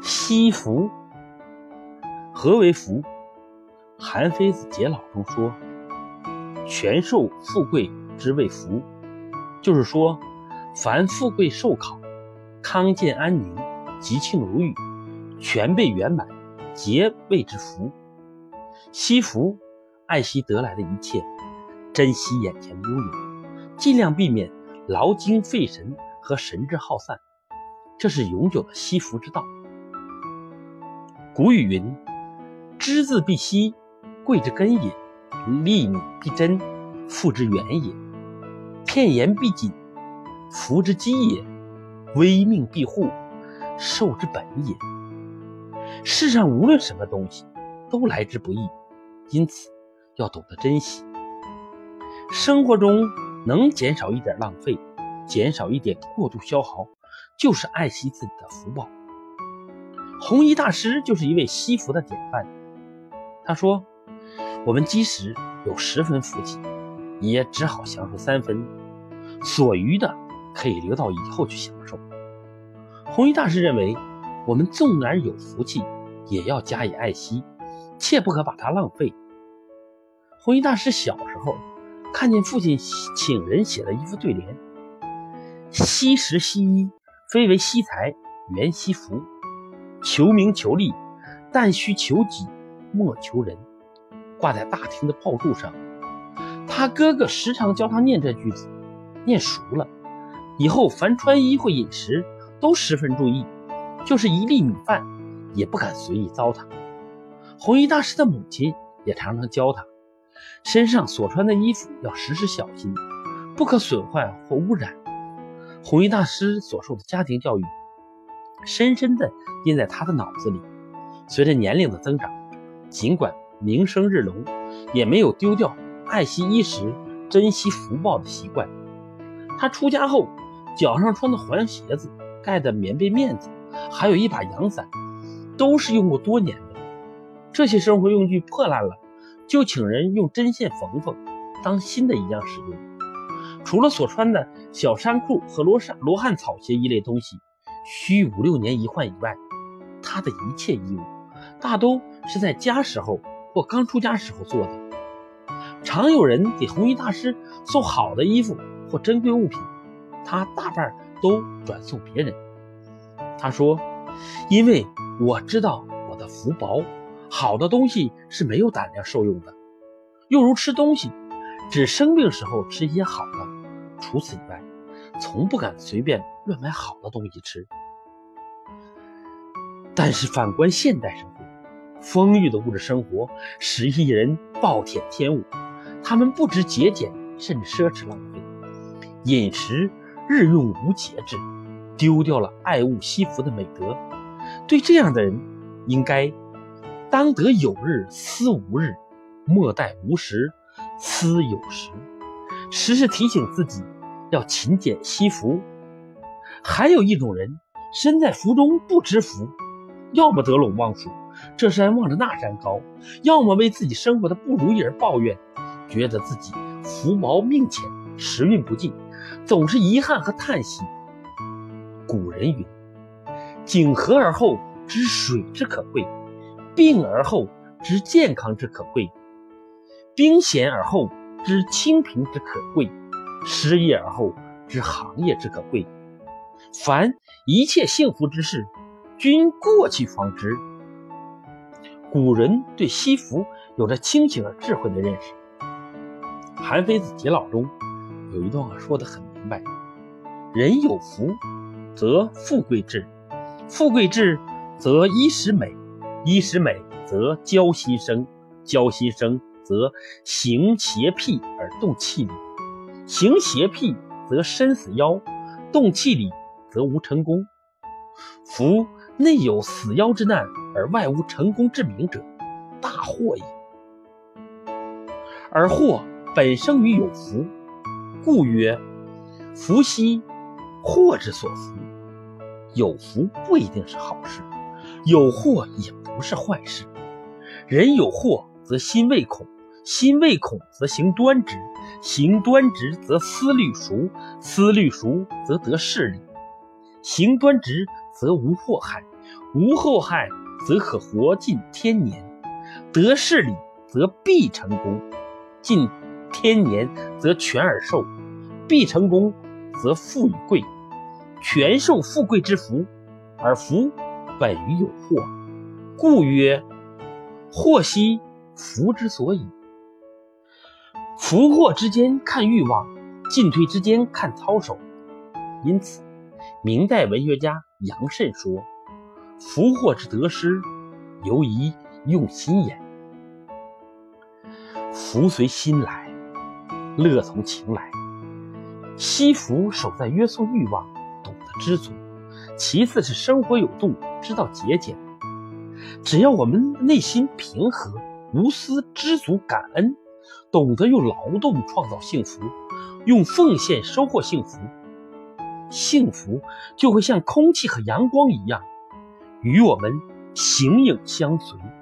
惜福。何为福？韩非子解老中说，权受富贵之谓福，就是说凡富贵寿考，康健安宁，吉庆如意，全备圆满，皆谓之福。惜福，爱惜得来的一切，珍惜眼前的拥有，尽量避免劳精费神和神志耗散，这是永久的惜福之道。古语云，知字必惜，贵之根也；利米必珍，富之源也；片言必谨，福之基也；微命必护，寿之本也。世上无论什么东西都来之不易，因此要懂得珍惜。生活中能减少一点浪费，减少一点过度消耗，就是爱惜自己的福报。弘一大师就是一位惜福的典范。他说，我们即使有10分福气，也只好享受3分，所余的可以留到以后去享受。弘一大师认为，我们纵然有福气，也要加以爱惜，切不可把它浪费。弘一大师小时候看见父亲请人写了一副对联，惜时惜衣，非为惜财，原惜福。求名求利，但须求己，莫求人，挂在大厅的炮柱上。他哥哥时常教他念这句子，念熟了以后，凡穿衣或饮食都十分注意，就是一粒米饭也不敢随意糟蹋。弘一大师的母亲也常常教他，身上所穿的衣服要时时小心，不可损坏或污染。弘一大师所受的家庭教育深深地印在他的脑子里。随着年龄的增长，尽管名声日隆，也没有丢掉爱惜衣食、珍惜福报的习惯。他出家后，脚上穿的黄鞋子、盖的棉被面子，还有一把阳伞，都是用过多年的。这些生活用具破烂了，就请人用针线缝缝，当新的一样使用。除了所穿的小衫裤和罗汉草鞋一类东西需5、6年一换以外，他的一切衣物大都是在家时候或刚出家时候做的。常有人给弘一大师送好的衣服或珍贵物品，他大半都转送别人。他说，因为我知道我的福薄，好的东西是没有胆量受用的。又如吃东西，只生病时候吃一些好的，除此以外，从不敢随便乱买好的东西吃。但是反观现代社会，丰裕的物质生活使一人暴殄天物，他们不知节俭，甚至奢侈浪费，饮食日用无节制，丢掉了爱物惜福的美德。对这样的人，应该当得有日思无日，莫待无时思有时，时时提醒自己要勤俭惜福。还有一种人，身在福中不知福，要么得陇望蜀，这山望着那山高，要么为自己生活的不如意而抱怨，觉得自己福薄命浅，时运不济，总是遗憾和叹息。古人云，景和而后知水之可贵，病而后知健康之可贵，兵险而后知清贫之可贵，失业而后知行业之可贵。凡一切幸福之事，均过去方知。古人对惜福有着清醒而智慧的认识。韩非子解老中有一段话说得很明白，人有福则富贵至，富贵至则衣食美，衣食美则交心生，交心生则行邪僻而动气力，行邪僻则身死夭，动气力则无成功。夫内有死夭之难，而外无成功之名者，大祸也。而祸本生于有福，故曰福兮祸之所伏。有福不一定是好事，有祸也不是坏事。人有祸则心畏恐，心畏恐则行端直，行端直则思虑熟，思虑熟则得势利，行端直则无祸害， 无后害则可活尽天年，得事理则必成功，尽天年则全而寿，必成功则富与贵，全受富贵之福，而福本于有祸，故曰祸兮福之所以。福祸之间看欲望，进退之间看操守。因此明代文学家杨慎说，福祸之得失，犹宜用心也。福随心来，乐从情来。惜福守在约束欲望，懂得知足。其次是生活有度，知道节俭。只要我们内心平和，无私知足感恩，懂得用劳动创造幸福，用奉献收获幸福，幸福就会像空气和阳光一样，与我们形影相随。